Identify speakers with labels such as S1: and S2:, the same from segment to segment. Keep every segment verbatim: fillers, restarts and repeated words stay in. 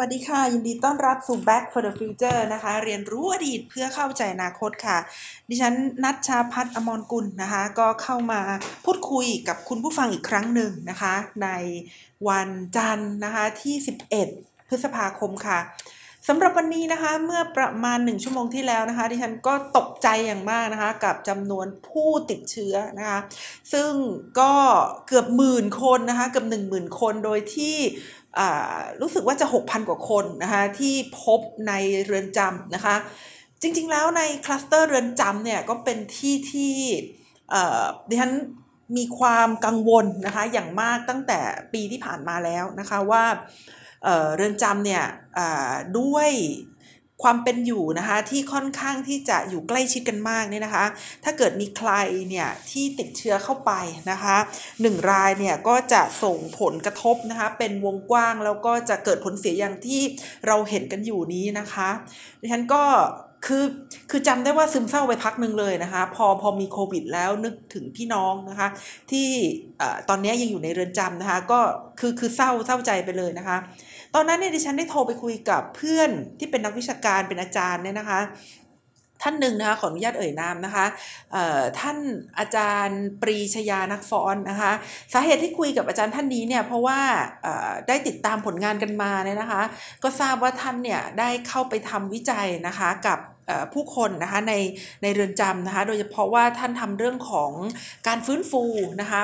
S1: วัสดีค่ะยินดีต้อนรับสู่ Back for the Future นะคะเรียนรู้อดีตเพื่อเข้าใจอนาคตค่ะดิฉันณัชชาภัทร อมรกุลนะคะก็เข้ามาพูดคุยกับคุณผู้ฟังอีกครั้งหนึ่งนะคะในวันจันทร์นะคะที่สิบเอ็ดพฤษภาคมค่ะสำหรับวันนี้นะคะเมื่อประมาณหนึ่งชั่วโมงที่แล้วนะคะดิฉันก็ตกใจอย่างมากนะคะกับจำนวนผู้ติดเชื้อนะคะซึ่งก็เกือบหมื่นคนนะคะเกือบหนึ่งหมื่นคนโดยที่รู้สึกว่าจะ หกพัน กว่าคนนะคะที่พบในเรือนจำนะคะจริงๆแล้วในคลัสเตอร์เรือนจำเนี่ยก็เป็นที่ที่ดิฉันมีความกังวลนะคะอย่างมากตั้งแต่ปีที่ผ่านมาแล้วนะคะว่าเเรือนจำเนี่ยด้วยความเป็นอยู่นะคะที่ค่อนข้างที่จะอยู่ใกล้ชิดกันมากเนี่ยนะคะถ้าเกิดมีใครเนี่ยที่ติดเชื้อเข้าไปนะคะหนึ่งรายเนี่ยก็จะส่งผลกระทบนะคะเป็นวงกว้างแล้วก็จะเกิดผลเสียอย่างที่เราเห็นกันอยู่นี้นะคะดิฉันก็คือคือจำได้ว่าซึมเศร้าไปพักหนึ่งเลยนะคะพอพอมีโควิดแล้วนึกถึงพี่น้องนะคะที่ตอนนี้ยังอยู่ในเรือนจำนะคะก็คือคือเศร้าเศร้าใจไปเลยนะคะตอนนั้นเนี่ยดิฉันได้โทรไปคุยกับเพื่อนที่เป็นนักวิชาการเป็นอาจารย์เนี่ยนะคะท่านหนึ่งนะคะขออนุญาตเอ่ยนามนะคะท่านอาจารย์ปรีชยานักฟ้อนนะคะสาเหตุที่คุยกับอาจารย์ท่านนี้เนี่ยเพราะว่าได้ติดตามผลงานกันมาเนี่ยนะคะก็ทราบว่าท่านเนี่ยได้เข้าไปทำวิจัยนะคะกับผู้คนนะคะในในเรือนจำนะคะโดยเฉพาะว่าท่านทำเรื่องของการฟื้นฟูนะคะ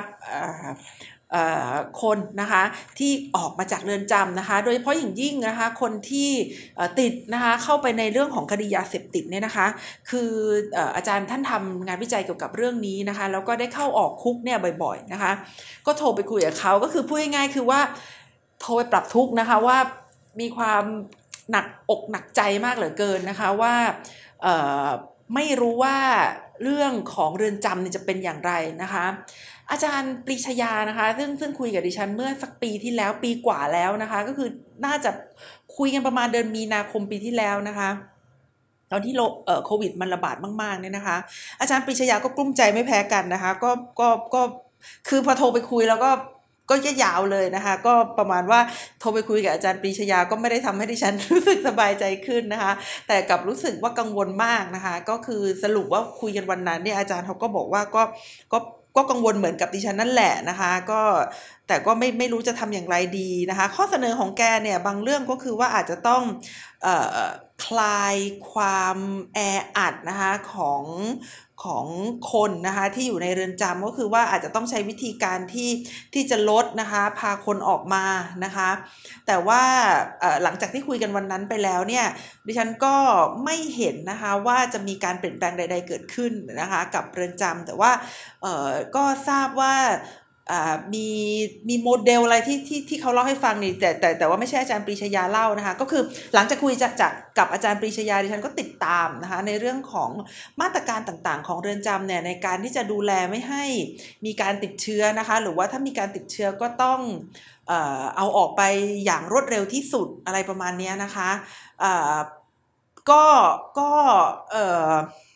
S1: คนนะคะที่ออกมาจากเรือนจำนะคะโดยเฉพาะอย่างยิ่งนะคะคนที่ติดนะคะเข้าไปในเรื่องของคดียาเสพติดเนี่ยนะคะคืออาจารย์ท่านทำงานวิจัยเกี่ยวกับเรื่องนี้นะคะแล้วก็ได้เข้าออกคุกเนี่ยบ่อยๆนะคะก็โทรไปคุยกับเขาก็คือพูดง่ายๆคือว่าโทรไปปรับทุกข์นะคะว่ามีความหนักอกหนักใจมากเหลือเกินนะคะว่าไม่รู้ว่าเรื่องของเรือนจำเนี่ยจะเป็นอย่างไรนะคะอาจารย์ปรีชยานะคะซึ่งซึ่งคุยกับดิฉันเมื่อสักปีที่แล้วปีกว่าแล้วนะคะก็คือน่าจะคุยกันประมาณเดือนมีนาคมปีที่แล้วนะคะตอนที่โควิดมันระบาดมากๆเนี่ยนะคะอาจารย์ปรีชยาก็กลุ้มใจไม่แพ้กันนะคะก็ก็ก็คือพอโทรไปคุยแล้วก็ก็ยาวเลยนะคะก็ประมาณว่าโทรไปคุยกับอาจารย์ปรีชยาก็ไม่ได้ทำให้ดิฉันรู้สึกสบายใจขึ้นนะคะแต่กลับรู้สึกว่ากังวลมากนะคะก็คือสรุปว่าคุยกันวันนั้นเนี่ยอาจารย์เขาก็บอกว่าก็ก็ก็กังวลเหมือนกับดิฉันนั่นแหละนะคะก็แต่ก็ไม่ไม่รู้จะทำอย่างไรดีนะคะข้อเสนอของแกเนี่ยบางเรื่องก็คือว่าอาจจะต้องเอ่อคลายความแออัดนะคะของของคนนะคะที่อยู่ในเรือนจำก็คือว่าอาจจะต้องใช้วิธีการที่ที่จะลดนะคะพาคนออกมานะคะแต่ว่าหลังจากที่คุยกันวันนั้นไปแล้วเนี่ยดิฉันก็ไม่เห็นนะคะว่าจะมีการเปลี่ยนแปลงใดๆเกิดขึ้นนะคะกับเรือนจำแต่ว่าก็ทราบว่ามีมีโมเดลอะไรที่ที่ที่เขาเล่าให้ฟังนี่แต่แต่แต่ว่าไม่ใช่อาจารย์ปรีชยาเล่านะคะก็คือหลังจากคุยจากจากกับอาจารย์ปรีชยาดิฉันก็ติดตามนะคะในเรื่องของมาตรการต่างๆของเรือนจำเนี่ยในการที่จะดูแลไม่ให้มีการติดเชื้อนะคะหรือว่าถ้ามีการติดเชื้อก็ต้องเอ่อเอาออกไปอย่างรวดเร็วที่สุดอะไรประมาณนี้นะคะเอ่อก็ก็เอ่อ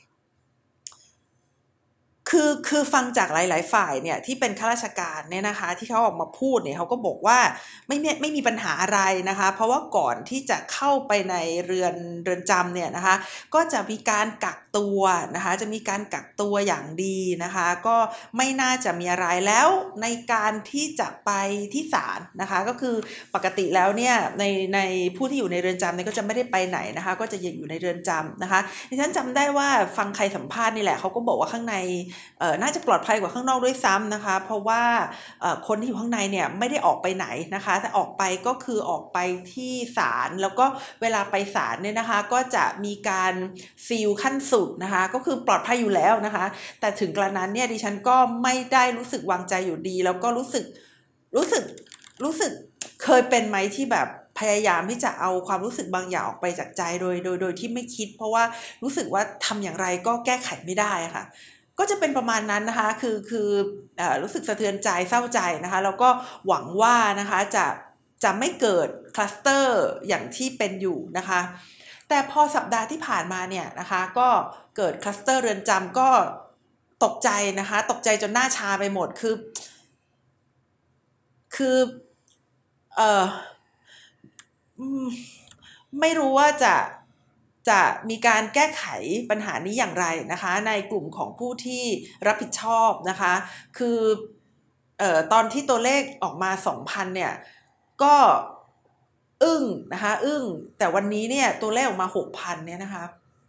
S1: คือคือฟังจากหลายๆฝ่ายเนี่ยที่เป็นข้าราชการเนี่ยนะคะที่เขาออกมาพูดเนี่ยเขาก็บอกว่าไม่ไม่ไม่มีปัญหาอะไรนะคะเพราะว่าก่อนที่จะเข้าไปในเรือนเรือนจำเนี่ยนะคะก็จะมีการกักตัวนะคะจะมีการกักตัวอย่างดีนะคะก็ไม่น่าจะมีอะไรแล้วในการที่จะไปที่ศาลนะคะก็คือปกติแล้วเนี่ยในในผู้ที่อยู่ในเรือนจำเนี่ยก็จะไม่ได้ไปไหนนะคะก็จะอยู่ในเรือนจำนะคะดิฉันจำได้ว่าฟังใครสัมภาษณ์นี่แหละเขาก็บอกว่าข้างในน่าจะปลอดภัยกว่าข้างนอกด้วยซ้ำนะคะเพราะว่าคนที่อยู่ข้างในเนี่ยไม่ได้ออกไปไหนนะคะแต่ออกไปก็คือออกไปที่ศาลแล้วก็เวลาไปศาลเนี่ยนะคะก็จะมีการซีลขั้นสุดนะคะก็คือปลอดภัยอยู่แล้วนะคะแต่ถึงกระนั้นเนี่ยดิฉันก็ไม่ได้รู้สึกวางใจอยู่ดีแล้วก็รู้สึกรู้สึกรู้สึกเคยเป็นไหมที่แบบพยายามที่จะเอาความรู้สึกบางอย่างออกไปจากใจโดยโดยโดยที่ไม่คิดเพราะว่ารู้สึกว่าทำอย่างไรก็แก้ไขไม่ได้ค่ะก็จะเป็นประมาณนั้นนะคะคือคือรู้สึกสะเทือนใจเศร้าใจนะคะแล้วก็หวังว่านะคะจะจะไม่เกิดคลัสเตอร์อย่างที่เป็นอยู่นะคะแต่พอสัปดาห์ที่ผ่านมาเนี่ยนะคะก็เกิดคลัสเตอร์เรือนจำก็ตกใจนะคะตกใจจนหน้าชาไปหมดคือคือเอ่ออืมไม่รู้ว่าจะจะมีการแก้ไขปัญหานี้อย่างไรนะคะในกลุ่มของผู้ที่รับผิดชอบนะคะคือเอ่อตอนที่ตัวเลขออกมา สองพัน เนี่ยก็อึ้งนะคะอึ้งแต่วันนี้เนี่ยตัวเลขออกมา หกพัน เนี่ยนะคะ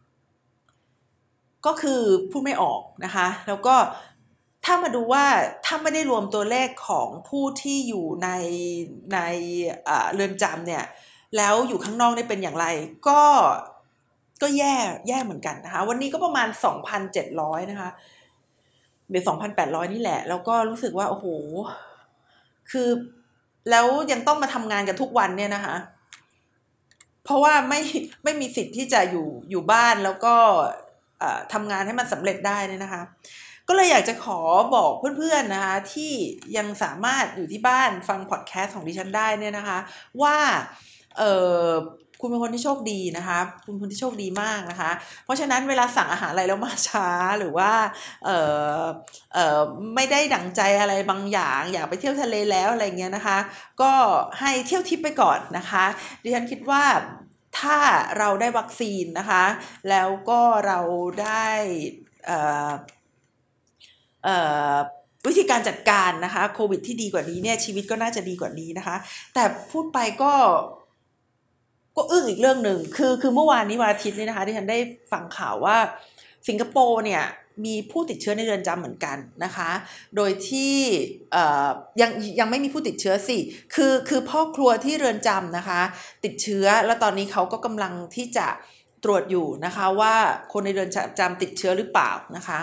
S1: ก็คือพูดไม่ออกนะคะแล้วก็ถ้ามาดูว่าถ้าไม่ได้รวมตัวเลขของผู้ที่อยู่ในในเอ่อเรือนจำเนี่ยแล้วอยู่ข้างนอกได้เป็นอย่างไรก็ก็แย่แย่เหมือนกันนะคะวันนี้ก็ประมาณ สองพันเจ็ดร้อย นะคะหรือ สองพันแปดร้อย นี่แหละแล้วก็รู้สึกว่าโอ้โหคือแล้วยังต้องมาทำงานกันทุกวันเนี่ยนะคะเพราะว่าไม่ไม่มีสิทธิ์ที่จะอยู่อยู่บ้านแล้วก็เอ่อทำงานให้มันสำเร็จได้เนี่ยนะคะก็เลยอยากจะขอบอกเพื่อนๆนะคะที่ยังสามารถอยู่ที่บ้านฟังพอดแคสต์ของดิฉันได้เนี่ยนะคะว่าเออคุณเป็นคนที่โชคดีนะคะคุณเป็นคนที่โชคดีมากนะคะเพราะฉะนั้นเวลาสั่งอาหารอะไรแล้วมาช้าหรือว่าเออเออไม่ได้ดั่งใจอะไรบางอย่างอยากไปเที่ยวทะเลแล้วอะไรเงี้ยนะคะก็ให้เที่ยวทิปไปก่อนนะคะดิฉันคิดว่าถ้าเราได้วัคซีนนะคะแล้วก็เราได้เอ่อเอ่อวิธีการจัดการนะคะโควิดที่ดีกว่านี้เนี่ยชีวิตก็น่าจะดีกว่านี้นะคะแต่พูดไปก็ก็อึ้งอีกเรื่องหนึ่งคือคือเมื่อวานนี้วันอาทิตย์นี่นะคะที่ฉันได้ฟังข่าวว่าสิงคโปร์เนี่ยมีผู้ติดเชื้อในเรือนจำเหมือนกันนะคะโดยที่เอ่อยังยังไม่มีผู้ติดเชื้อสิคือคือพ่อครัวที่เรือนจำนะคะติดเชื้อแล้วตอนนี้เขาก็กำลังที่จะตรวจอยู่นะคะว่าคนในเรือนจำติดเชื้อหรือเปล่านะคะ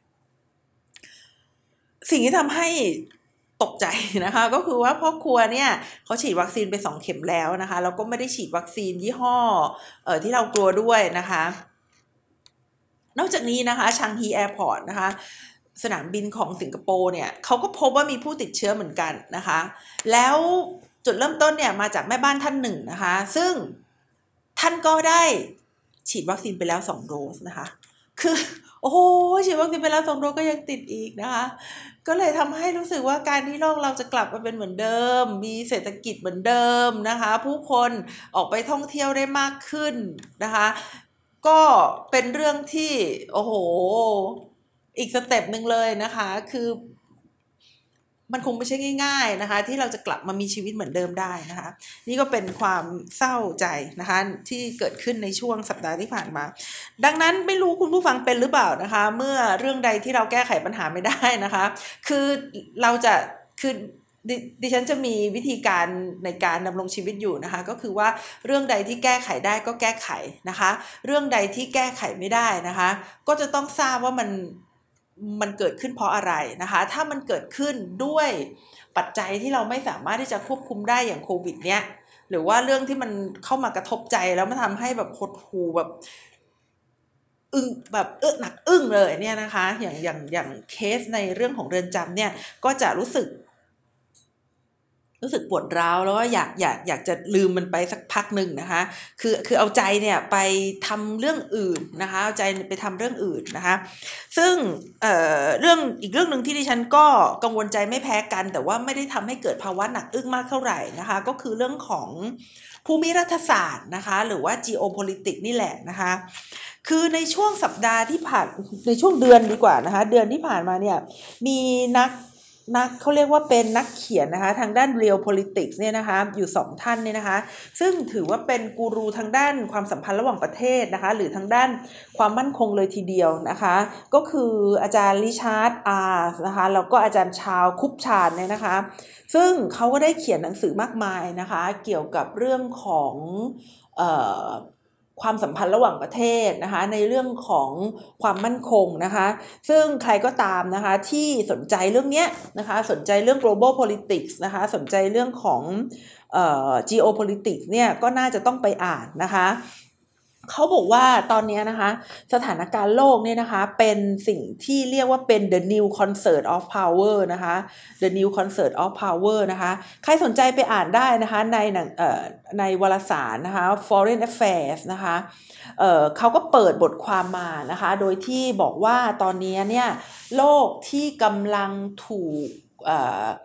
S1: สิ่งที่ทำให้ตกใจนะคะก็คือว่าพ่อครัวเนี่ยเขาฉีดวัคซีนไปสองเข็มแล้วนะคะแล้วก็ไม่ได้ฉีดวัคซีนยี่ห้อเอ่อที่เรากลัวด้วยนะคะนอกจากนี้นะคะชางฮีแอร์พอร์ตนะคะสนามบินของสิงคโปร์เนี่ยเขาก็พบว่ามีผู้ติดเชื้อเหมือนกันนะคะแล้วจุดเริ่มต้นเนี่ยมาจากแม่บ้านท่านหนึ่งนะคะซึ่งท่านก็ได้ฉีดวัคซีนไปแล้วสองโดสนะคะคือโอ้โหฉีดวัคซีนไปแล้วสองโดสก็ยังติดอีกนะคะก็เลยทำให้รู้สึกว่าการที่โลกเราจะกลับมาเป็นเหมือนเดิมมีเศรษฐกิจเหมือนเดิมนะคะผู้คนออกไปท่องเที่ยวได้มากขึ้นนะคะก็เป็นเรื่องที่โอ้โหอีกสเต็ปหนึ่งเลยนะคะคือมันคงไม่ใช่ง่ายๆนะคะที่เราจะกลับมามีชีวิตเหมือนเดิมได้นะคะนี่ก็เป็นความเศร้าใจนะคะที่เกิดขึ้นในช่วงสัปดาห์ที่ผ่านมาดังนั้นไม่รู้คุณผู้ฟังเป็นหรือเปล่านะคะเมื่อเรื่องใดที่เราแก้ไขปัญหาไม่ได้นะคะคือเราจะคือดดิฉันจะมีวิธีการในการดำรงชีวิตอยู่นะคะก็คือว่าเรื่องใดที่แก้ไขได้ก็แก้ไขนะคะเรื่องใดที่แก้ไขไม่ได้นะคะก็จะต้องทราบว่ามันมันเกิดขึ้นเพราะอะไรนะคะถ้ามันเกิดขึ้นด้วยปัจจัยที่เราไม่สามารถที่จะควบคุมได้อย่างโควิดเนี้ยหรือว่าเรื่องที่มันเข้ามากระทบใจแล้วมันทำให้แบบหดหู่แบบอึ้งแบบเออหนักอึ้งเลยเนี่ยนะคะอย่างอย่างอย่างเคสในเรื่องของเรือนจำเนี่ยก็จะรู้สึก รู้สึกปวดร้าวแล้วก็อยากอยากอยากจะลืมมันไปสักพักหนึ่งนะคะคือคือเอาใจเนี่ยไปทำเรื่องอื่นนะคะเอาใจไปทำเรื่องอื่นนะคะซึ่งเอ่อเรื่องอีกเรื่องหนึ่งที่ดิฉันก็กังวลใจไม่แพ้กันแต่ว่าไม่ได้ทำให้เกิดภาวะหนักอึ้งมากเท่าไหร่นะคะก็คือเรื่องของภูมิรัฐศาสตร์นะคะหรือว่า geopolitics นี่แหละนะคะคือในช่วงสัปดาห์ที่ผ่านในช่วงเดือนดีกว่านะคะเดือนที่ผ่านมาเนี่ยมีนัก นักเขาเรียกว่าเป็นนักเขียนนะคะทางด้าน Real Politics เนี่ยนะคะอยู่สองท่านเนี่ยนะคะซึ่งถือว่าเป็นกูรูทางด้านความสัมพันธ์ระหว่างประเทศนะคะหรือทางด้านความมั่นคงเลยทีเดียวนะคะก็คืออาจารย์ริชาร์ดอาร์นะคะแล้วก็อาจารย์ชาวคุปชานเนี่ยนะคะซึ่งเขาก็ได้เขียนหนังสือมากมายนะคะเกี่ยวกับเรื่องของเอ่อความสัมพันธ์ระหว่างประเทศนะคะในเรื่องของความมั่นคงนะคะซึ่งใครก็ตามนะคะที่สนใจเรื่องนี้นะคะสนใจเรื่อง global politics นะคะสนใจเรื่องของเอ่อ geopolitics เนี่ยก็น่าจะต้องไปอ่านนะคะเขาบอกว่าตอนนี้นะคะสถานการณ์โลกเนี่ยนะคะเป็นสิ่งที่เรียกว่าเป็น the new concert of power นะคะ the new concert of power นะคะใครสนใจไปอ่านได้นะคะในหนังเอ่อในวารสารนะคะ foreign affairs นะคะเอ่อเขาก็เปิดบทความมานะคะโดยที่บอกว่าตอนนี้เนี่ยโลกที่กำลังถูกเอ่อ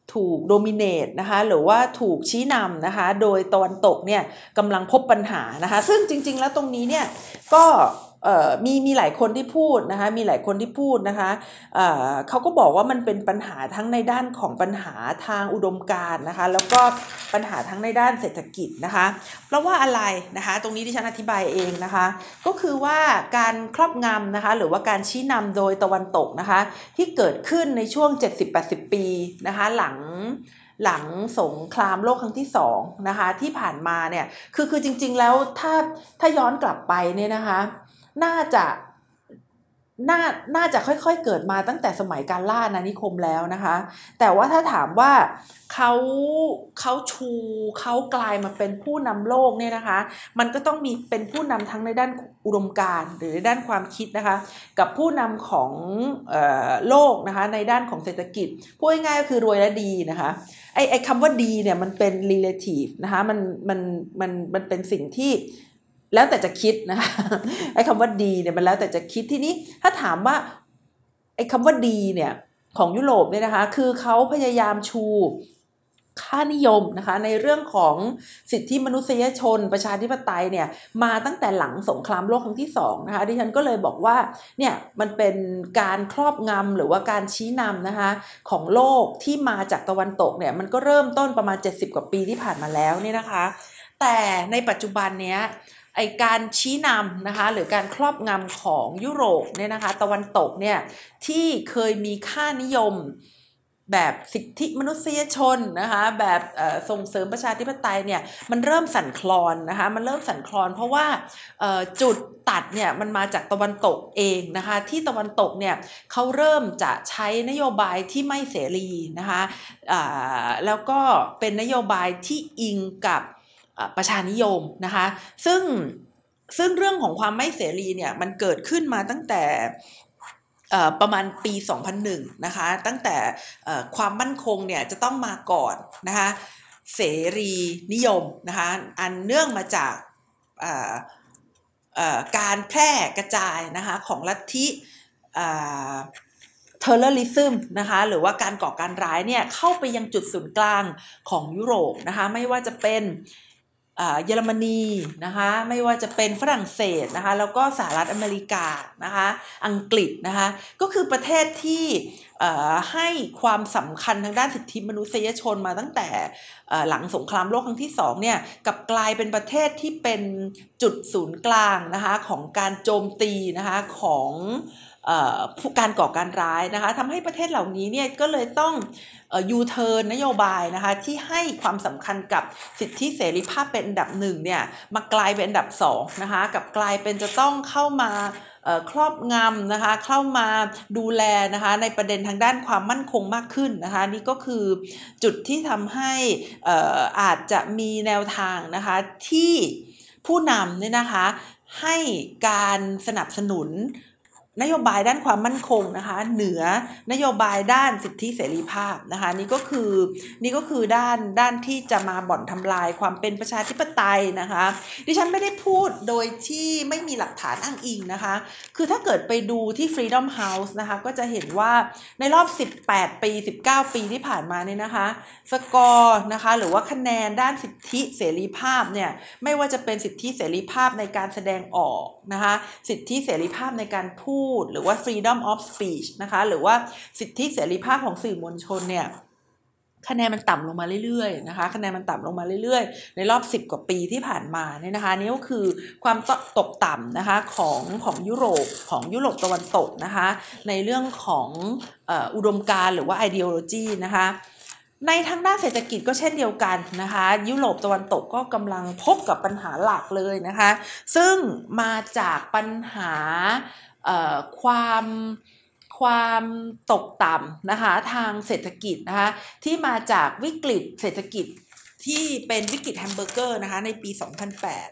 S1: ถูกโดมิเนตนะคะหรือว่าถูกชี้นำนะคะโดยตะวันตกเนี่ยกำลังพบปัญหานะคะซึ่งจริงๆแล้วตรงนี้เนี่ยก็เอ่อมีมีหลายคนที่พูดนะคะมีหลายคนที่พูดนะคะเอ่อเขาก็บอกว่ามันเป็นปัญหาทั้งในด้านของปัญหาทางอุดมการณ์นะคะแล้วก็ปัญหาทั้งในด้านเศรษฐกิจนะคะเพราะว่าอะไรนะคะตรงนี้ที่ฉันอธิบายเองนะคะก็คือว่าการครอบงำนะคะหรือว่าการชี้นำโดยตะวันตกนะคะที่เกิดขึ้นในช่วง เจ็ดสิบถึงแปดสิบ ปีนะคะหลังหลังสงครามโลกครั้งที่สองนะคะที่ผ่านมาเนี่ยคือคือจริงๆแล้วถ้าถ้าย้อนกลับไปเนี่ยนะคะน่าจะน่าน่าจะค่อยๆเกิดมาตั้งแต่สมัยการล่าอาณานิคมแล้วนะคะแต่ว่าถ้าถามว่าเขาเขาชูเขากลายมาเป็นผู้นำโลกเนี่ยนะคะมันก็ต้องมีเป็นผู้นำทั้งในด้านอุดมการณ์หรือในด้านความคิดนะคะกับผู้นำของเอ่อโลกนะคะในด้านของเศรษฐกิจพูดง่ายๆก็คือรวยและดีนะคะไอ้ไอ้คำว่าดีเนี่ยมันเป็น relative นะคะมันมันมันมันเป็นสิ่งที่แล้วแต่จะคิดนะคะไอ้คำว่าดีเนี่ยมันแล้วแต่จะคิดทีนี้ถ้าถามว่าไอ้คำว่าดีเนี่ยของยุโรปเนี่ยนะคะคือเขาพยายามชูค่านิยมนะคะในเรื่องของสิทธิมนุษยชนประชาธิปไตยเนี่ยมาตั้งแต่หลังสงครามโลกครั้งที่สองนะคะดิฉันก็เลยบอกว่าเนี่ยมันเป็นการครอบงำหรือว่าการชี้นำนะคะของโลกที่มาจากตะวันตกเนี่ยมันก็เริ่มต้นประมาณเจ็ดสิบกว่าปีที่ผ่านมาแล้วเนี่ยนะคะแต่ในปัจจุบันเนี้ยไอการชี้นำนะคะหรือการครอบงำของยุโรปเนี่ยนะคะตะวันตกเนี่ยที่เคยมีค่านิยมแบบสิทธิมนุษยชนนะคะแบบส่งเสริมประชาธิปไตยเนี่ยมันเริ่มสั่นคลอนนะคะมันเริ่มสั่นคลอนเพราะว่าจุดตัดเนี่ยมันมาจากตะวันตกเองนะคะที่ตะวันตกเนี่ยเขาเริ่มจะใช้นโยบายที่ไม่เสรีนะคะแล้วก็เป็นนโยบายที่อิงกับประชานิยมนะคะซึ่งซึ่งเรื่องของความไม่เสรีเนี่ยมันเกิดขึ้นมาตั้งแต่ประมาณปี สองพันหนึ่ง นะคะตั้งแต่ความมั่นคงเนี่ยจะต้องมาก่อนนะคะเสรีนิยมนะคะอันเนื่องมาจากการแพร่กระจายนะคะของลัทธิเทอร์เรอริซึมนะคะหรือว่าการก่อการร้ายเนี่ยเข้าไปยังจุดศูนย์กลางของยุโรปนะคะไม่ว่าจะเป็นเยอรมนีนะคะไม่ว่าจะเป็นฝรั่งเศสนะคะแล้วก็สหรัฐอเมริกานะคะอังกฤษนะคะก็คือประเทศที่ให้ความสำคัญทางด้านสิทธิมนุษยชนมาตั้งแต่หลังสงครามโลกครั้งที่สองเนี่ยกับกลายเป็นประเทศที่เป็นจุดศูนย์กลางนะคะของการโจมตีนะคะของการก่อการร้ายนะคะทำให้ประเทศเหล่านี้เนี่ยก็เลยต้องยูเทิร์นนโยบายนะคะที่ให้ความสำคัญกับสิทธิเสรีภาพเป็นอันดับหนึ่งเนี่ยมากลายเป็นอันดับสองนะคะกับกลายเป็นจะต้องเข้ามาครอบงำนะคะเข้ามาดูแลนะคะในประเด็นทางด้านความมั่นคงมากขึ้นนะคะนี่ก็คือจุดที่ทำให้อาจจะมีแนวทางนะคะที่ผู้นำเนี่ยนะคะให้การสนับสนุนนโยบายด้านความมั่นคงนะคะเหนือนโยบายด้านสิทธิเสรีภาพนะคะนี่ก็คือนี่ก็คือด้านด้านที่จะมาบ่อนทำลายความเป็นประชาธิปไตยนะคะดิฉันไม่ได้พูดโดยที่ไม่มีหลักฐานอ้างอิงนะคะคือถ้าเกิดไปดูที่ Freedom House นะคะก็จะเห็นว่าในรอบสิบแปดปีสิบเก้าปีที่ผ่านมาเนี่ยนะคะสกอร์นะคะหรือว่าคะแนนด้านสิทธิเสรีภาพเนี่ยไม่ว่าจะเป็นสิทธิเสรีภาพในการแสดงออกนะคะสิทธิเสรีภาพในการพูดหรือว่า freedom of speech นะคะหรือว่าสิทธิเสรีภาพของสื่อมวลชนเนี่ยคะแนนมันต่ำลงมาเรื่อยๆนะคะคะแนนมันต่ำลงมาเรื่อยๆในรอบสิบกว่าปีที่ผ่านมาเนี่ยนะคะนี่ก็คือความตกต่ำนะคะของของยุโรปของยุโรปตะวันตกนะคะในเรื่องของเอ่ออุดมการณ์หรือว่า ideology นะคะในทางด้านเศรษฐกิจก็เช่นเดียวกันนะคะยุโรปตะวันตกก็กำลังพบกับปัญหาหลักเลยนะคะซึ่งมาจากปัญหาความความตกต่ำนะคะทางเศรษฐกิจนะคะที่มาจากวิกฤตเศรษฐกิจที่เป็นวิกฤตแฮมเบอร์เกอร์นะคะในปีสองพันแปด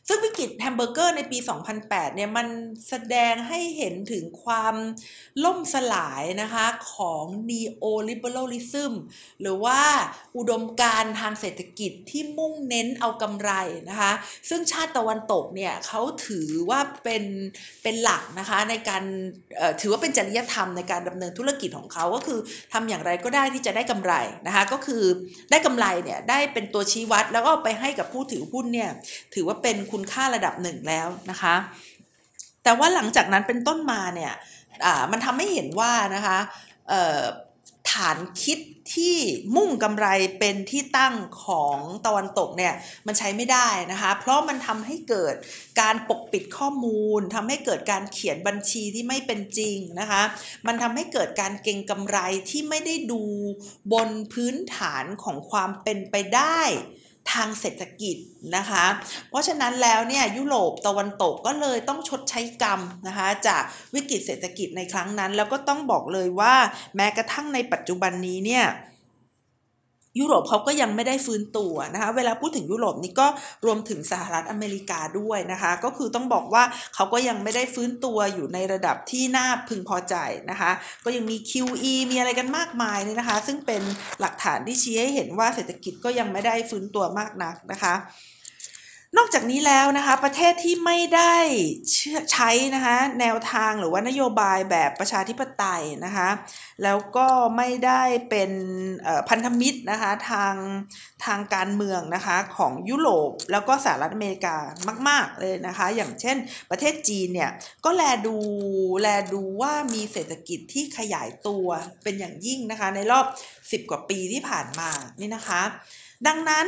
S1: ซึ่งวิกฤตแฮมเบอร์เกอร์ในปี สองพันแปด เนี่ยมันแสดงให้เห็นถึงความล่มสลายนะคะของ Neoliberalism หรือว่าอุดมการณ์ทางเศรษฐกิจที่มุ่งเน้นเอากำไรนะคะซึ่งชาติตะวันตกเนี่ยเขาถือว่าเป็นเป็นหลักนะคะในการถือว่าเป็นจริยธรรมในการดำเนินธุรกิจของเขาก็คือทำอย่างไรก็ได้ที่จะได้กำไรนะคะก็คือได้กำไรเนี่ยได้เป็นตัวชี้วัดแล้วก็ไปให้กับผู้ถือหุ้นเนี่ยถือว่าเป็นคุณค่าระดับหนึ่งแล้วนะคะแต่ว่าหลังจากนั้นเป็นต้นมาเนี่ยมันทำให้เห็นว่านะคะฐานคิดที่มุ่งกำไรเป็นที่ตั้งของตะวันตกเนี่ยมันใช้ไม่ได้นะคะเพราะมันทำให้เกิดการปกปิดข้อมูลทำให้เกิดการเขียนบัญชีที่ไม่เป็นจริงนะคะมันทำให้เกิดการเก็งกำไรที่ไม่ได้ดูบนพื้นฐานของความเป็นไปได้ทางเศรษฐกิจนะคะเพราะฉะนั้นแล้วเนี่ยยุโรปตะวันตกก็เลยต้องชดใช้กรรมนะคะจากวิกฤตเศรษฐกิจในครั้งนั้นแล้วก็ต้องบอกเลยว่าแม้กระทั่งในปัจจุบันนี้เนี่ยยุโรปเขาก็ยังไม่ได้ฟื้นตัวนะคะเวลาพูดถึงยุโรปนี่ก็รวมถึงสหรัฐอเมริกาด้วยนะคะก็คือต้องบอกว่าเขาก็ยังไม่ได้ฟื้นตัวอยู่ในระดับที่น่าพึงพอใจนะคะก็ยังมี คิว อี มีอะไรกันมากมายเลยนะคะซึ่งเป็นหลักฐานที่ชี้ให้เห็นว่าเศรษฐกิจก็ยังไม่ได้ฟื้นตัวมากนักนะคะนอกจากนี้แล้วนะคะประเทศที่ไม่ได้ใช้นะคะแนวทางหรือว่านโยบายแบบประชาธิปไตยนะคะแล้วก็ไม่ได้เป็นพันธมิตรนะคะทางทางการเมืองนะคะของยุโรปแล้วก็สหรัฐอเมริกามากๆเลยนะคะอย่างเช่นประเทศจีนเนี่ยก็แลดูแลดูว่ามีเศรษฐกิจที่ขยายตัวเป็นอย่างยิ่งนะคะในรอบสิบกว่าปีที่ผ่านมานี่นะคะดังนั้น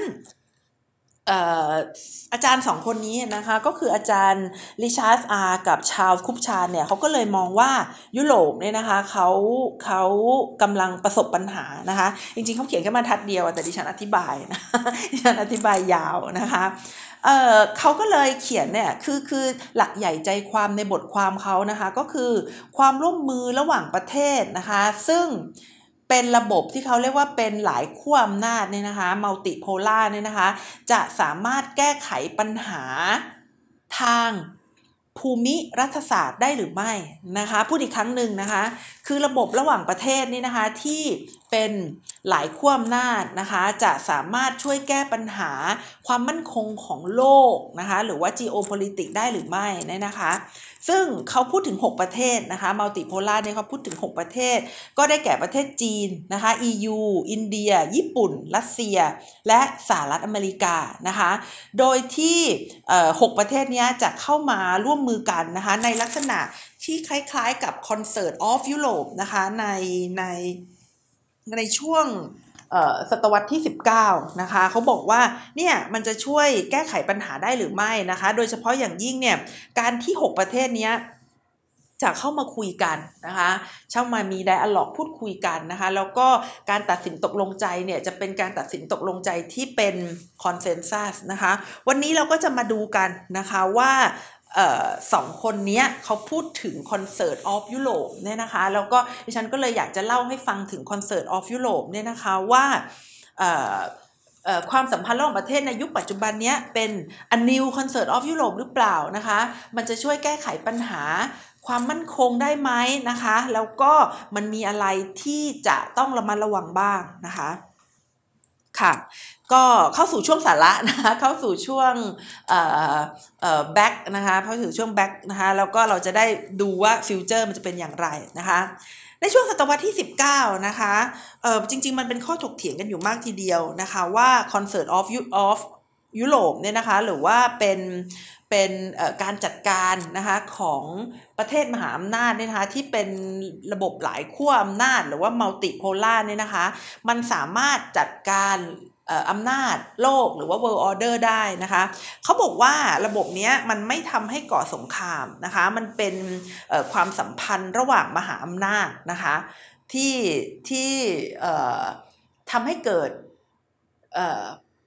S1: อาจารย์สองคนนี้นะคะก็คืออาจารย์ริชาร์ดอาร์กับชาร์ลส์คุปชานเนี่ยเขาก็เลยมองว่ายุโรปเนี่ยนะคะเขาเขากำลังประสบปัญหานะคะจริงๆเขาเขียนแค่บรรทัดเดียวแต่ดิฉันอธิบายนะดิฉันอธิบายยาวนะคะเอ่อเขาก็เลยเขียนเนี่ยคือคือหลักใหญ่ใจความในบทความเขานะคะก็คือความร่วมมือระหว่างประเทศนะคะซึ่งเป็นระบบที่เขาเรียกว่าเป็นหลายขั้วอำนาจเนี่ยนะคะมัลติโพล่าเนี่ยนะคะจะสามารถแก้ไขปัญหาทางภูมิรัฐศาสตร์ได้หรือไม่นะคะพูดอีกครั้งหนึ่งนะคะคือระบบระหว่างประเทศนี่นะคะที่เป็นหลายขั้วอำนาจนะคะจะสามารถช่วยแก้ปัญหาความมั่นคงของโลกนะคะหรือว่า geopolitics ได้หรือไม่นะคะซึ่งเขาพูดถึงหกประเทศนะคะมัลติโพล่าเนี่ยเขาพูดถึงหกประเทศก็ได้แก่ประเทศจีนนะคะ อี ยู อินเดียญี่ปุ่นรัสเซียและสหรัฐอเมริกานะคะโดยที่หกประเทศนี้จะเข้ามาร่วมมือกันนะคะในลักษณะที่คล้ายๆกับ Concert of Europe นะคะในในในช่วงศตวรรษที่สิบเก้านะคะเขาบอกว่าเนี่ยมันจะช่วยแก้ไขปัญหาได้หรือไม่นะคะโดยเฉพาะอย่างยิ่งเนี่ยการที่หกประเทศนี้จะเข้ามาคุยกันนะคะเข้ามามีไดอะล็อกพูดคุยกันนะคะแล้วก็การตัดสินตกลงใจเนี่ยจะเป็นการตัดสินตกลงใจที่เป็นคอนเซนแซสนะคะวันนี้เราก็จะมาดูกันนะคะว่าเอ่อสองคนนี้เขาพูดถึง Concert of Europe เนี่ยนะคะแล้วก็ดิฉันก็เลยอยากจะเล่าให้ฟังถึง Concert of Europe เนี่ยนะคะว่าเอ่อเอ่อความสัมพันธ์ระหว่างประเทศในยุคปัจจุบันนี้เป็น a new Concert of Europe หรือเปล่านะคะมันจะช่วยแก้ไขปัญหาความมั่นคงได้ไหมนะคะแล้วก็มันมีอะไรที่จะต้องระมัดระวังบ้างนะคะค่ะก็เข้าสู่ช่วงสาระนะคะเข้าสู่ช่วงเอ่อเอ่อแบ็คนะคะเข้าสู่ช่วงแบ็คนะคะแล้วก็เราจะได้ดูว่าฟิวเจอร์มันจะเป็นอย่างไรนะคะในช่วงศตวรรษที่สิบเก้านะคะเอ่อจริงๆมันเป็นข้อถกเถียงกันอยู่มากทีเดียวนะคะว่า Concert of of ยุโรปเนี่ยนะคะหรือว่าเป็นเป็นการจัดการนะคะของประเทศมหาอำนาจเนี่ยนะคะที่เป็นระบบหลายขั้วอำนาจหรือว่ามัลติโพล่าเนี่ยนะคะมันสามารถจัดการอำนาจโลกหรือว่า world order ได้นะคะเขาบอกว่าระบบนี้มันไม่ทำให้ก่อสงครามนะคะมันเป็นความสัมพันธ์ระหว่างมหาอำนาจนะคะที่ที่ทำให้เกิด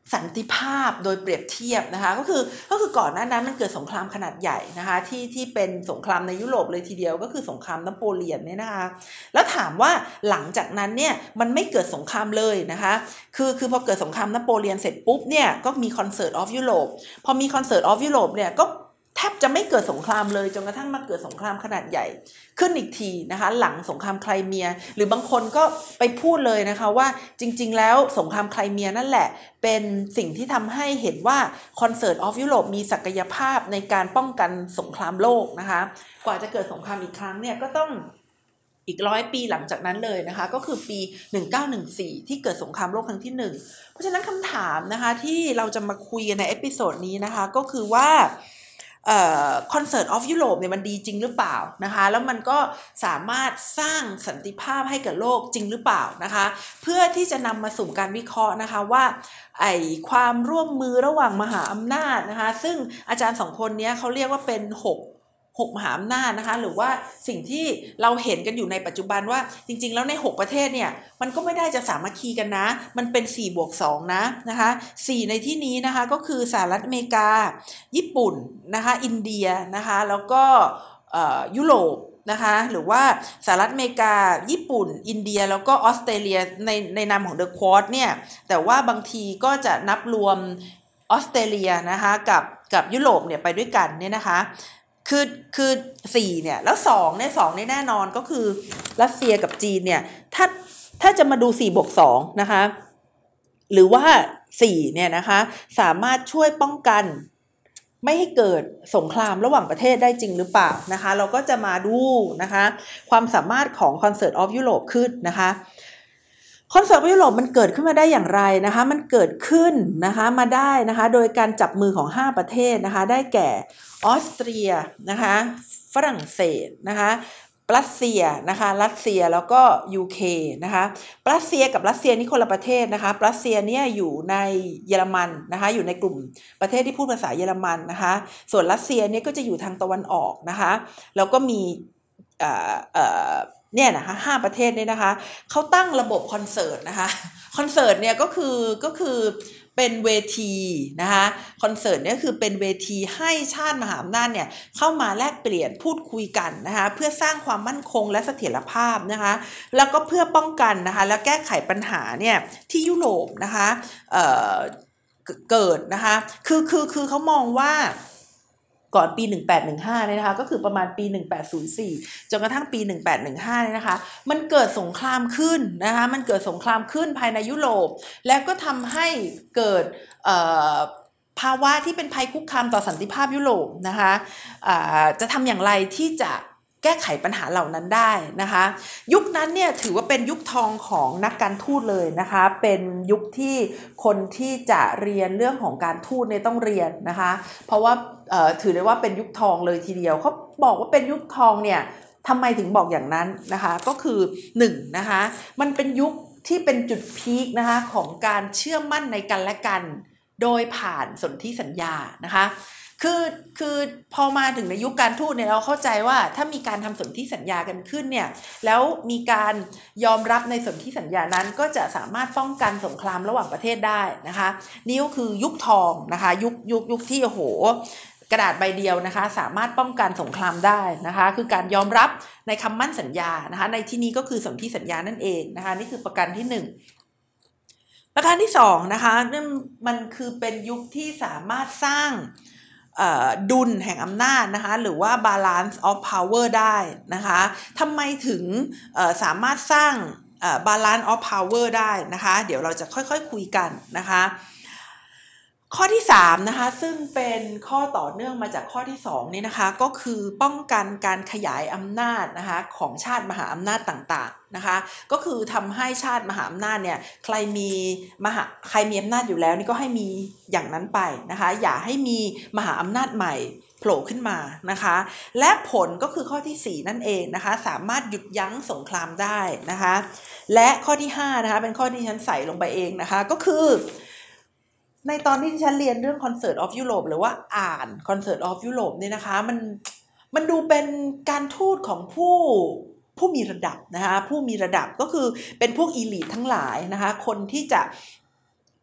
S1: สันติภาพโดยเปรียบเทียบนะคะก็คือก็คือก่อนหน้านั้นมันเกิดสงครามขนาดใหญ่นะคะที่ที่เป็นสงครามในยุโรปเลยทีเดียวก็คือสงครามนโปเลียนเนี่ยนะคะแล้วถามว่าหลังจากนั้นเนี่ยมันไม่เกิดสงครามเลยนะคะคือคือพอเกิดสงครามนโปเลียนเสร็จปุ๊บเนี่ยก็มีคอนเสิร์ตออฟยุโรปพอมีคอนเสิร์ตออฟยุโรปเนี่ยก็แทบจะไม่เกิดสงครามเลยจนกระทั่งมาเกิดสงครามขนาดใหญ่ขึ้นอีกทีนะคะหลังสงครามไครเมียหรือบางคนก็ไปพูดเลยนะคะว่าจริงๆแล้วสงครามไครเมียนั่นแหละเป็นสิ่งที่ทำให้เห็นว่าคอนเสิร์ตออฟยุโรปมีศักยภาพในการป้องกันสงครามโลกนะคะกว่าจะเกิดสงครามอีกครั้งเนี่ยก็ต้องอีกร้อยปีหลังจากนั้นเลยนะคะก็คือปีหนึ่งเก้าหนึ่งสี่ที่เกิดสงครามโลกครั้งที่หนึ่งเพราะฉะนั้นคำถามนะคะที่เราจะมาคุยกันในเอพิโซดนี้นะคะก็คือว่าคอนเสิร์ตออฟยุโรปเนี่ยมันดีจริงหรือเปล่านะคะแล้วมันก็สามารถสร้างสันติภาพให้กับโลกจริงหรือเปล่านะคะเพื่อที่จะนำมาสู่การวิเคราะห์นะคะว่าไอ้ความร่วมมือระหว่างมหาอำนาจนะคะซึ่งอาจารย์สองคนนี้เขาเรียกว่าเป็นหกหกมหาอำนาจนะคะหรือว่าสิ่งที่เราเห็นกันอยู่ในปัจจุบันว่าจริงๆแล้วในหกประเทศเนี่ยมันก็ไม่ได้จะสามัคคีกันนะมันเป็นสี่บวกสองนะนะคะสี่ในที่นี้นะคะก็คือสหรัฐอเมริกาญี่ปุ่นนะคะอินเดียนะคะแล้วก็ยุโรปนะคะหรือว่าสหรัฐอเมริกาญี่ปุ่นอินเดียแล้วก็ออสเตรเลียในในนามของ The Quad เนี่ยแต่ว่าบางทีก็จะนับรวมออสเตรเลียนะคะกับกับยุโรปเนี่ยไปด้วยกันเนี่ยนะคะคือคือสี่เนี่ยแล้วสองเนี่ยสองเนี่ยแน่นอนก็คือรัสเซียกับจีนเนี่ยถ้าถ้าจะมาดูสี่บวกสองนะคะหรือว่าสี่เนี่ยนะคะสามารถช่วยป้องกันไม่ให้เกิดสงครามระหว่างประเทศได้จริงหรือเปล่านะคะเราก็จะมาดูนะคะความสามารถของ Concert of Europe ขึ้นนะคะคอนเสิร์ตยุโรปมันเกิดขึ้นมาได้อย่างไรนะคะมันเกิดขึ้นนะคะมาได้นะคะโดยการจับมือของห้าประเทศนะคะได้แก่ออสเตรียนะคะฝรั่งเศสนะคะรัสเซียนะคะรัสเซียแล้วก็ ยู เค นะคะรัสเซียกับรัสเซียนี่คนละประเทศนะคะรัสเซียเนี่ยอยู่ในเยอรมันนะคะอยู่ในกลุ่มประเทศที่พูดภาษาเยอรมันนะคะส่วนรัสเซียเนี่ยก็จะอยู่ทางตะวันออกนะคะแล้วก็มีเอ่อเอ่อเนี่ยนะคะห้าประเทศเนี่ยนะคะเขาตั้งระบบคอนเสิร์ตนะคะคอนเสิร์ตเนี่ยก็คือก็คือเป็นเวทีนะคะคอนเสิร์ตเนี่ยคือเป็นเวทีให้ชาติมหาอำนาจเนี่ยเข้ามาแลกเปลี่ยนพูดคุยกันนะคะเพื่อสร้างความมั่นคงและเสถียรภาพนะคะแล้วก็เพื่อป้องกันนะคะและแก้ไขปัญหาเนี่ยที่ยุโรปนะคะเอ่อเกิดนะคะคือคือคือเขามองว่าก่อนปีหนึ่งแปดหนึ่งห้าเนี่ยนะคะก็คือประมาณปีหนึ่งแปดศูนย์สี่จนกระทั่งปีหนึ่งแปดหนึ่งห้าเนี่ยนะคะมันเกิดสงครามขึ้นนะคะมันเกิดสงครามขึ้นภายในยุโรปแล้วก็ทำให้เกิดเอ่อภาวะที่เป็นภัยคุกคามต่อสันติภาพยุโรปนะคะอ่าจะทำอย่างไรที่จะแก้ไขปัญหาเหล่านั้นได้นะคะยุคนั้นเนี่ยถือว่าเป็นยุคทองของนักการทูตเลยนะคะเป็นยุคที่คนที่จะเรียนเรื่องของการทูตเนี่ยต้องเรียนนะคะเพราะว่าถือได้ว่าเป็นยุคทองเลยทีเดียวเขาบอกว่าเป็นยุคทองเนี่ยทำไมถึงบอกอย่างนั้นนะคะก็คือหนึ่งนะคะมันเป็นยุคที่เป็นจุดพีคนะคะของการเชื่อมั่นในกันและกันโดยผ่านสนธิสัญญานะคะคือคือพอมาถึงในยุคการทูตเนี่ยเราเข้าใจว่าถ้ามีการทำสนธิสัญญากันขึ้นเนี่ยแล้วมีการยอมรับในสนธิสัญญานั้นก็จะสามารถป้องกันสงครามระหว่างประเทศได้นะคะนี่ก็คือยุคทองนะคะยุคยุคยุคที่โอ้โหกระดาษใบเดียวนะคะสามารถป้องกันสงครามได้นะคะคือการยอมรับในคำมั่นสัญญานะคะในที่นี้ก็คือสนธิสัญญานั่นเองนะคะนี่คือประการที่หนึ่งประการที่สองนะคะนั่นมันคือเป็นยุคที่สามารถสร้างดุลแห่งอำนาจนะคะหรือว่า balance of power ได้นะคะทำไมถึงสามารถสร้าง balance of power ได้นะคะเดี๋ยวเราจะค่อยๆคุยกันนะคะข้อที่สามนะคะซึ่งเป็นข้อต่อเนื่องมาจากข้อที่สองนี่นะคะก็คือป้องกันการขยายอำนาจนะคะของชาติมหาอำนาจต่างๆนะคะก็คือทำให้ชาติมหาอำนาจเนี่ยใครมีมหาใครมีอำนาจอยู่แล้วนี่ก็ให้มีอย่างนั้นไปนะคะอย่าให้มีมหาอำนาจใหม่โผล่ขึ้นมานะคะและผลก็คือข้อที่สี่นั่นเองนะคะสามารถหยุดยั้งสงครามได้นะคะและข้อที่ห้านะคะเป็นข้อที่ฉันใส่ลงไปเองนะคะก็คือในตอนที่ฉันเรียนเรื่อง Concert of Europe หรือว่าอ่าน Concert of Europe เนี่ยนะคะมันมันดูเป็นการทูตของผู้ผู้มีระดับนะคะผู้มีระดับก็คือเป็นพวกอีลิททั้งหลายนะคะคนที่จะ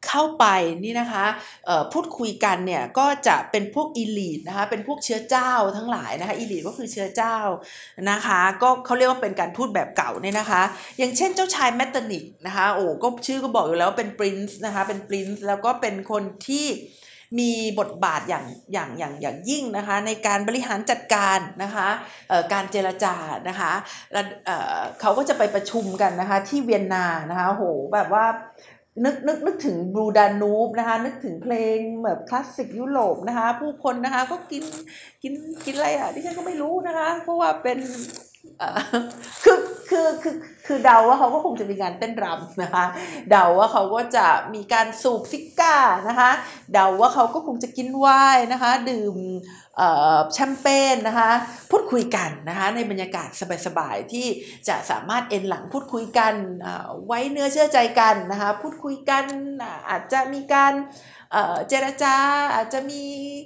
S1: เข้าไปนี่นะคะพูดคุยกันเนี่ยก็จะเป็นพวกอีลีทนะคะเป็นพวกเชื้อเจ้าทั้งหลายนะคะอีลีทก็คือเชื้อเจ้านะคะก็เขาเรียกว่าเป็นการพูดแบบเก่าเนี่ยนะคะอย่างเช่นเจ้าชายแมตตานิกนะคะโอ้ก็ชื่อก็บอกอยู่แล้วเป็นปรินซ์นะคะเป็นปรินซ์แล้วก็เป็นคนที่มีบทบาทอย่างอย่างอย่างอย่างยิ่งนะคะในการบริหารจัดการนะคะการเจรจานะคะแล้วเขาก็จะไปประชุมกันนะคะที่เวียนนานะคะโหแบบว่านึกนึกนึกถึงบลูดานูบนะคะนึกถึงเพลงแบบคลาสสิกยุโรปนะคะผู้คนนะคะก็กินกินกินอะไรอ่ะดิฉันก็ไม่รู้นะคะเพราะว่าเป็นคือคือคือคือเดาว่าเขาก็คงจะมีการเต้นรำนะคะเดาว่าเขาก็จะมีการสูบซิก้านะคะเดาว่าเขาก็คงจะกินไวน์นะคะดื่มแชมเปญนะคะพูดคุยกันนะคะในบรรยากาศสบายๆที่จะสามารถเอนหลังพูดคุยกันไว้เนื้อเชื่อใจกันนะคะพูดคุยกันอาจจะมีการเจรจาอาจจะมี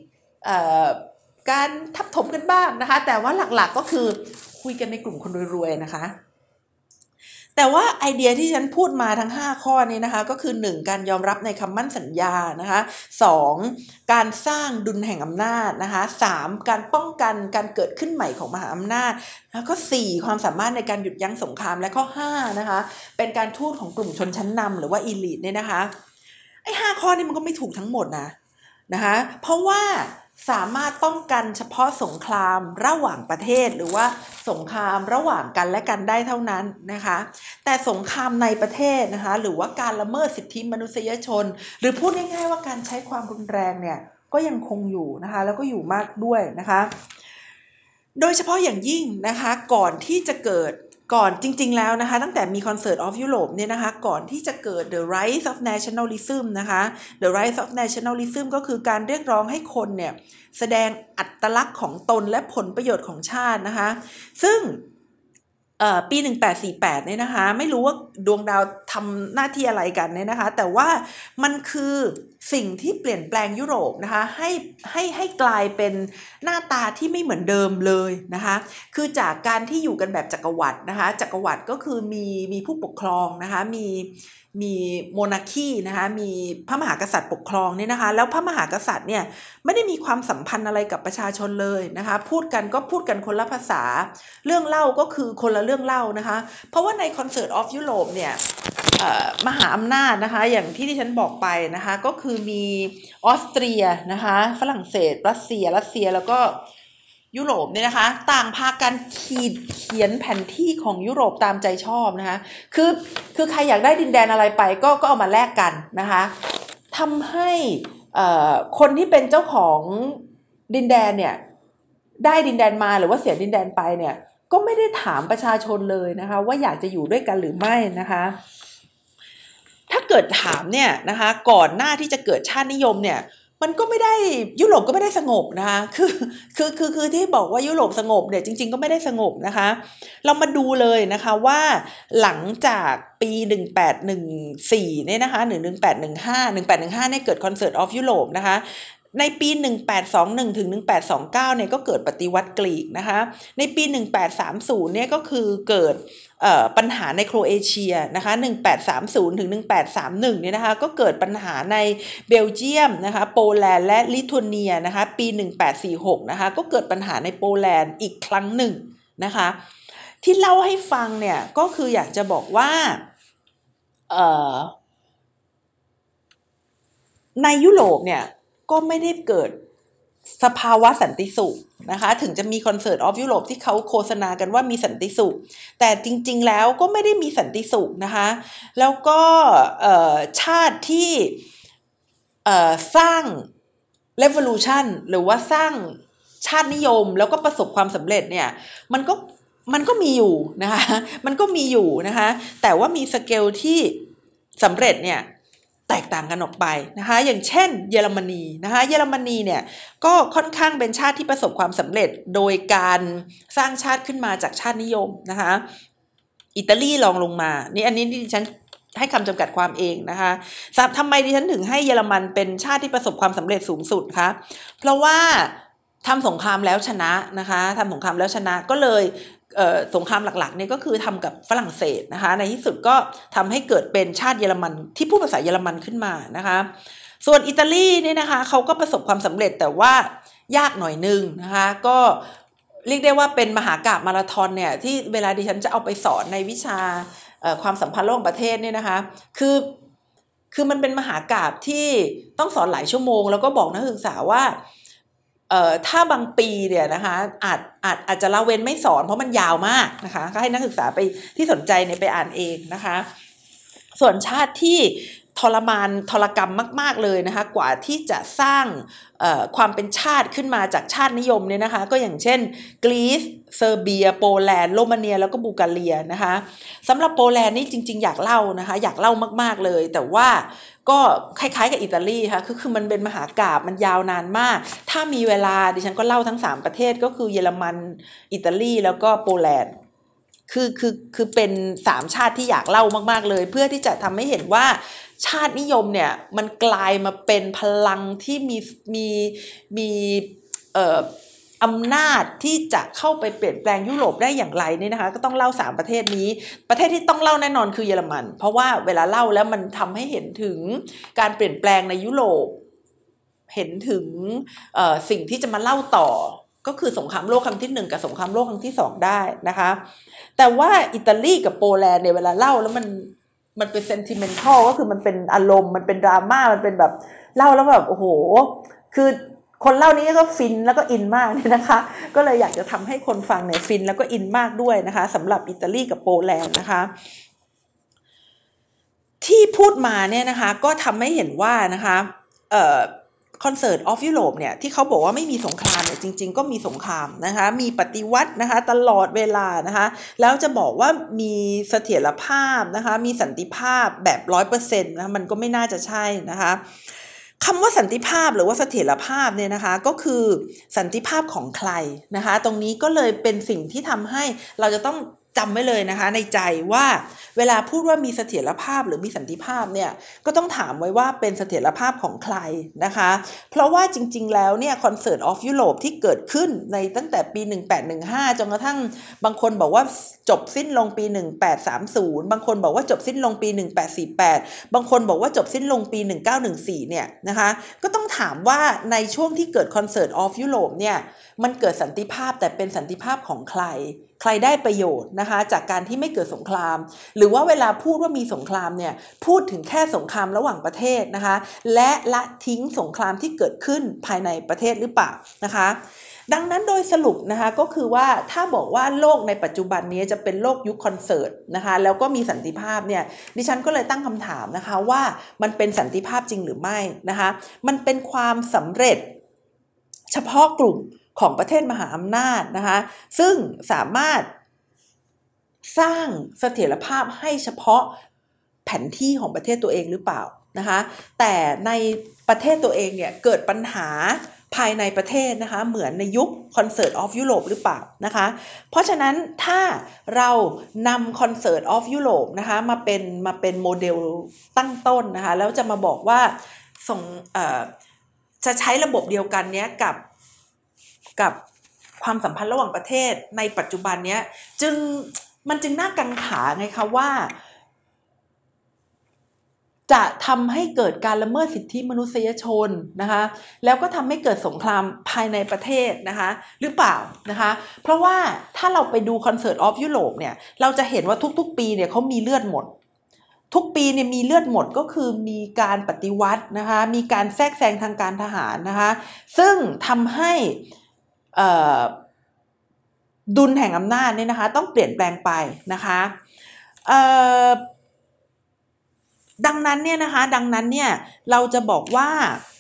S1: การทับถมกันบ้างนะคะแต่ว่าหลักๆก็คือคุยกันในกลุ่มคนรวยๆนะคะแต่ว่าไอเดียที่ฉันพูดมาทั้งห้าข้อนี้นะคะก็คือหนึ่งการยอมรับในคำมั่นสัญญานะคะสองการสร้างดุลแห่งอำนาจนะคะสามการป้องกันการเกิดขึ้นใหม่ของมหาอำนาจแล้วก็สี่ความสามารถในการหยุดยั้งสงครามและข้อห้านะคะเป็นการทูตของกลุ่มชนชั้นนำหรือว่าอีลิทเนี่ยนะคะไอ้ห้าข้อนี้มันก็ไม่ถูกทั้งหมดนะนะคะเพราะว่าสามารถป้องกันเฉพาะสงครามระหว่างประเทศหรือว่าสงครามระหว่างกันและกันได้เท่านั้นนะคะแต่สงครามในประเทศนะคะหรือว่าการละเมิดสิทธิมนุษยชนหรือพูดง่ายๆว่าการใช้ความรุนแรงเนี่ยก็ยังคงอยู่นะคะแล้วก็อยู่มากด้วยนะคะโดยเฉพาะอย่างยิ่งนะคะก่อนที่จะเกิดก่อนจริงๆแล้วนะคะตั้งแต่มี Concert of Europe เนี่ยนะคะก่อนที่จะเกิด The Rise of Nationalism นะคะ The Rise of Nationalism ก็คือการเรียกร้องให้คนเนี่ยแสดงอัตลักษณ์ของตนและผลประโยชน์ของชาตินะคะซึ่งปีหนึ่งพันแปดร้อยสี่สิบแปดเนี่ยนะคะไม่รู้ว่าดวงดาวทำหน้าที่อะไรกันเนี่ยนะคะแต่ว่ามันคือสิ่งที่เปลี่ยนแปลงยุโรปนะคะให้ให้ให้กลายเป็นหน้าตาที่ไม่เหมือนเดิมเลยนะคะคือจากการที่อยู่กันแบบจักรวรรดินะคะจักรวรรดิก็คือมีมีผู้ปกครองนะคะมีมีโมนาคีนะคะมีพระมหากษัตริย์ปกครองเนี่ยนะคะแล้วพระมหากษัตริย์เนี่ยไม่ได้มีความสัมพันธ์อะไรกับประชาชนเลยนะคะพูดกันก็พูดกันคนละภาษาเรื่องเล่าก็คือคนละเรื่องเล่านะคะเพราะว่าใน Concert of Europe เนี่ยมหาอำนาจนะคะอย่างที่ที่ฉันบอกไปนะคะก็คือมีออสเตรียนะคะฝรั่งเศสรัสเซียรัสเซียแล้วก็ยุโรปเนี่ยนะคะต่างพากันขีดเขียนแผนที่ของยุโรปตามใจชอบนะคะคือคือใครอยากได้ดินแดนอะไรไปก็ก็เอามาแลกกันนะคะทำให้คนที่เป็นเจ้าของดินแดนเนี่ยได้ดินแดนมาหรือว่าเสียดินแดนไปเนี่ยก็ไม่ได้ถามประชาชนเลยนะคะว่าอยากจะอยู่ด้วยกันหรือไม่นะคะถ้าเกิดถามเนี่ยนะคะก่อนหน้าที่จะเกิดชาตินิยมเนี่ยมันก็ไม่ได้ยุโรปก็ไม่ได้สงบนะคะคือคือคือคือที่บอกว่ายุโรปสงบเนี่ยจริงๆก็ไม่ได้สงบนะคะเรามาดูเลยนะคะว่าหลังจากปีหนึ่งพันแปดร้อยสิบสี่เนี่ยนะคะหรือหนึ่งพันแปดร้อยสิบห้า หนึ่งพันแปดร้อยสิบห้าเนี่ยเกิด Concert of Europe นะคะในปีหนึ่งพันแปดร้อยยี่สิบเอ็ดถึงหนึ่งพันแปดร้อยยี่สิบเก้าเนี่ยก็เกิดปฏิวัติกรีกนะคะในปีหนึ่งพันแปดร้อยสามสิบเนี่ยก็คือเกิดเอ่อปัญหาในโครเอเชียนะคะหนึ่งพันแปดร้อยสามสิบถึงหนึ่งพันแปดร้อยสามสิบเอ็ดเนี่ยนะคะก็เกิดปัญหาในเบลเยียมนะคะโปแลนด์และลิทัวเนียนะคะปีหนึ่งพันแปดร้อยสี่สิบหกนะคะก็เกิดปัญหาในโปแลนด์อีกครั้งหนึ่งนะคะที่เล่าให้ฟังเนี่ยก็คืออยากจะบอกว่าเอ่อในยุโรปเนี่ยก็ไม่ได้เกิดสภาวะสันติสุขนะคะถึงจะมี Concert of Europe ที่เขาโฆษณากันว่ามีสันติสุขแต่จริงๆแล้วก็ไม่ได้มีสันติสุขนะคะแล้วก็ชาติที่สร้าง revolution หรือว่าสร้างชาตินิยมแล้วก็ประสบความสำเร็จเนี่ยมันก็มันก็มีอยู่นะคะมันก็มีอยู่นะคะแต่ว่ามีสเกลที่สำเร็จเนี่ยแตกต่างกันออกไปนะคะอย่างเช่นเยอรมนีนะคะเยอรมนีเนี่ยก็ค่อนข้างเป็นชาติที่ประสบความสำเร็จโดยการสร้างชาติขึ้นมาจากชาตินิยมนะคะอิตาลีรองลงมานี่อันนี้ดิฉันให้คำจำกัดความเองนะคะทำไมดิฉันถึงให้เยอรมันเป็นชาติที่ประสบความสำเร็จสูงสุดคะเพราะว่าทำสงครามแล้วชนะนะคะทำสงครามแล้วชนะก็เลยสงครามหลักๆเนี่ยก็คือทำกับฝรั่งเศสนะคะในที่สุดก็ทำให้เกิดเป็นชาติเยอรมันที่พูดภาษาเยอรมันขึ้นมานะคะส่วนอิตาลีเนี่ยนะคะเขาก็ประสบความสำเร็จแต่ว่ายากหน่อยนึงนะคะก็เรียกได้ว่าเป็นมหากาพย์มาราธอนเนี่ยที่เวลาดิฉันจะเอาไปสอนในวิชาความสัมพันธ์ระหว่างประเทศเนี่ยนะคะคือคือมันเป็นมหากาพย์ที่ต้องสอนหลายชั่วโมงแล้วก็บอกนักศึกษาว่าเอ่อถ้าบางปีเนี่ยนะคะอาจอาจอาจจะละเว้นไม่สอนเพราะมันยาวมากนะคะก็ให้นักศึกษาไปที่สนใจเนี่ยไปอ่านเองนะคะส่วนชาติที่ทรมานทรกรรมมากๆเลยนะคะกว่าที่จะสร้างความเป็นชาติขึ้นมาจากชาตินิยมเนี่ยนะคะก็อย่างเช่นกรีซเซอร์เบียโปแลนด์โรมาเนียแล้วก็บูการีนะคะสำหรับโปแลนด์นี่จริงๆอยากเล่านะคะอยากเล่ามากๆเลยแต่ว่าก็คล้ายๆกับอิตาลีค่ะคือคือมันเป็นมหากาพย์มันยาวนานมากถ้ามีเวลาดิฉันก็เล่าทั้งสามประเทศก็คือเยอรมันอิตาลีแล้วก็โปแลนด์คือคือคือเป็นสามชาติที่อยากเล่ามากๆเลยเพื่อที่จะทำให้เห็นว่าชาตินิยมเนี่ยมันกลายมาเป็นพลังที่มีมีมีเอ่ออำนาจที่จะเข้าไปเปลี่ยนแปลงยุโรปได้อย่างไรเนี่ยนะคะก็ต้องเล่าสามประเทศนี้ประเทศที่ต้องเล่าแน่นอนคือเยอรมันเพราะว่าเวลาเล่าแล้วมันทำให้เห็นถึงการเปลี่ยนแปลงในยุโรปเห็นถึงเอ่อสิ่งที่จะมาเล่าต่อก็คือสงครามโลกครั้งที่หนึ่งกับสงครามโลกครั้งที่สองได้นะคะแต่ว่าอิตาลีกับโปแลนด์เนี่ยเวลาเล่าแล้วมันมันเป็นเซนติเมนทัลก็คือมันเป็นอารมณ์มันเป็นดราม่ามันเป็นแบบเล่าแล้วแบบโอ้โหคือคนเล่านี้ก็ฟินแล้วก็อินมากเลยนะคะก็เลยอยากจะทำให้คนฟังเนี่ยฟินแล้วก็อินมากด้วยนะคะสำหรับอิตาลีกับโปแลนด์นะคะที่พูดมาเนี่ยนะคะก็ทำให้เห็นว่านะคะเอ่อคอนเสิร์ตออฟยุโรปเนี่ยที่เขาบอกว่าไม่มีสงครามเนี่ยจริงๆก็มีสงครามนะคะมีปฏิวัตินะคะตลอดเวลานะคะแล้วจะบอกว่ามีเสถียรภาพนะคะมีสันติภาพแบบ ร้อยเปอร์เซ็นต์ นะคะมันก็ไม่น่าจะใช่นะคะคำว่าสันติภาพหรือว่าเสถียรภาพเนี่ยนะคะก็คือสันติภาพของใครนะคะตรงนี้ก็เลยเป็นสิ่งที่ทำให้เราจะต้องจำไว้เลยนะคะในใจว่าเวลาพูดว่ามีเสถียรภาพหรือมีสันติภาพเนี่ยก็ต้องถามไว้ว่าเป็นเสถียรภาพของใครนะคะเพราะว่าจริงๆแล้วเนี่ยคอนเสิร์ตออฟยุโรปที่เกิดขึ้นในตั้งแต่ปีหนึ่งแปดหนึ่งห้าจนกระทั่งบางคนบอกว่าจบสิ้นลงปีหนึ่งแปดสามศูนย์บางคนบอกว่าจบสิ้นลงปีหนึ่งแปดสี่แปดบางคนบอกว่าจบสิ้นลงปีหนึ่งเก้าหนึ่งสี่เนี่ยนะคะก็ต้องถามว่าในช่วงที่เกิดคอนเสิร์ตออฟยุโรปเนี่ยมันเกิดสันติภาพแต่เป็นสันติภาพของใครใครได้ประโยชน์นะคะจากการที่ไม่เกิดสงครามหรือว่าเวลาพูดว่ามีสงครามเนี่ยพูดถึงแค่สงครามระหว่างประเทศนะคะและละทิ้งสงครามที่เกิดขึ้นภายในประเทศหรือเปล่านะคะดังนั้นโดยสรุปนะคะก็คือว่าถ้าบอกว่าโลกในปัจจุบันนี้จะเป็นโลกยุคคอนเสิร์ตนะคะแล้วก็มีสันติภาพเนี่ยดิฉันก็เลยตั้งคำถามนะคะว่ามันเป็นสันติภาพจริงหรือไม่นะคะมันเป็นความสำเร็จเฉพาะกลุ่มของประเทศมหาอำนาจนะคะซึ่งสามารถสร้างเสถียรภาพให้เฉพาะแผนที่ของประเทศตัวเองหรือเปล่านะคะแต่ในประเทศตัวเองเนี่ยเกิดปัญหาภายในประเทศนะคะเหมือนในยุคคอนเสิร์ตออฟยุโรปหรือเปล่านะคะเพราะฉะนั้นถ้าเรานำคอนเสิร์ตออฟยุโรปนะคะมาเป็นมาเป็นโมเดลตั้งต้นนะคะแล้วจะมาบอกว่าส่งเอ่อจะใช้ระบบเดียวกันเนี้ยกับกับความสัมพันธ์ระหว่างประเทศในปัจจุบันเนี้ยจึงมันจึงน่ากังขาไงคะว่าจะทำให้เกิดการละเมิดสิทธิมนุษยชนนะคะแล้วก็ทำให้เกิดสงครามภายในประเทศนะคะหรือเปล่านะคะเพราะว่าถ้าเราไปดูคอนเสิร์ตออฟยุโรปเนี่ยเราจะเห็นว่าทุกๆปีเนี่ยเขามีเลือดหมดทุกปีเนี่ยมีเลือดหมดก็คือมีการปฏิวัตินะคะมีการแทรกแซงทางการทหารนะคะซึ่งทำให้ดุลแห่งอำนาจเนี่ยนะคะต้องเปลี่ยนแปลงไปนะคะดังนั้นเนี่ยนะคะดังนั้นเนี่ยเราจะบอกว่า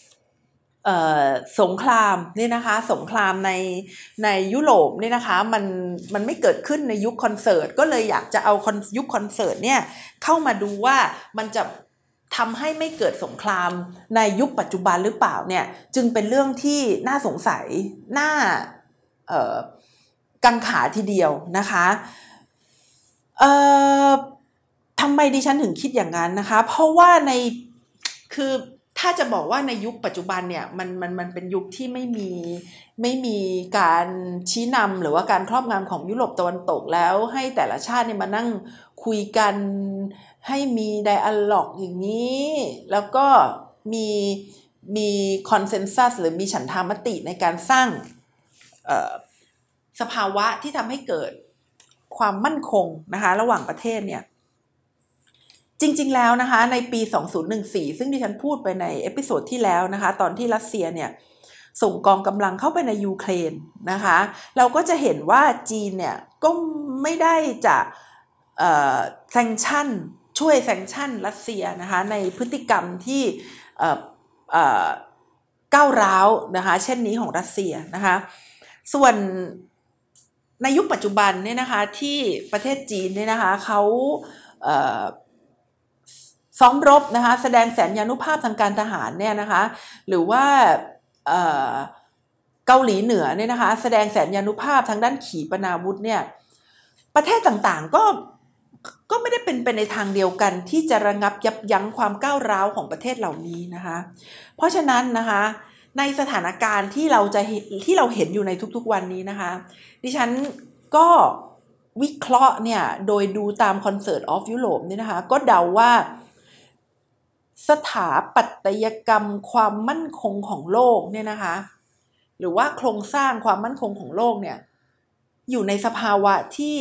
S1: สงครามเนี่ยนะคะสงครามในในยุโรปเนี่ยนะคะมันมันไม่เกิดขึ้นในยุคคอนเสิร์ตก็เลยอยากจะเอายุคคอนเสิร์ตเนี่ยเข้ามาดูว่ามันจะทำให้ไม่เกิดสงครามในยุคปัจจุบันหรือเปล่าเนี่ยจึงเป็นเรื่องที่น่าสงสัยน่าเอ่อกังขาทีเดียวนะคะเอ่อทำไมดิฉันถึงคิดอย่างนั้นนะคะเพราะว่าในคือถ้าจะบอกว่าในยุคปัจจุบันเนี่ยมันมันมันเป็นยุคที่ไม่มีไม่มีการชี้นำหรือว่าการครอบงำของยุโรปตะวันตกแล้วให้แต่ละชาติเนี่ยมานั่งคุยกันให้มีไดอะล็อกอย่างนี้แล้วก็มีมีคอนเซนแซสหรือมีฉันทามติในการสร้างสภาวะที่ทำให้เกิดความมั่นคงนะคะระหว่างประเทศเนี่ยจริงๆแล้วนะคะในปีสองพันสิบสี่ซึ่งดิฉันพูดไปในเอพิโซดที่แล้วนะคะตอนที่รัสเซียเนี่ยส่งกองกำลังเข้าไปในยูเครนนะคะเราก็จะเห็นว่าจีนเนี่ยก็ไม่ได้จะเอ่อแซงชั่นช่วยแซงชั่นรัสเซียนะคะในพฤติกรรมที่เอ่อเอ่อก้าวร้าวนะคะเช่นนี้ของรัสเซียนะคะส่วนในยุคปัจจุบันเนี่ยนะคะที่ประเทศจีนเนี่ยนะคะเขาเอ่อซ้อมรบนะคะแสดงแสนยานุภาพทางการทหารเนี่ยนะคะหรือว่าเอ่อเกาหลีเหนือเนี่ยนะคะแสดงแสนยานุภาพทางด้านขีปนาวุธเนี่ยประเทศต่างๆก็ก็ไม่ได้เป็นไปในทางเดียวกันที่จะระงับยับยั้งความก้าวร้าวของประเทศเหล่านี้นะคะเพราะฉะนั้นนะคะในสถานการณ์ที่เราจะที่เราเห็นอยู่ในทุกๆวันนี้นะคะดิฉันก็วิเคราะห์เนี่ยโดยดูตาม Concert of Europe นี่นะคะก็เดาว่าสถาปัตยกรรมความมั่นคงของโลกเนี่ยนะคะหรือว่าโครงสร้างความมั่นคงของโลกเนี่ยอยู่ในสภาวะที่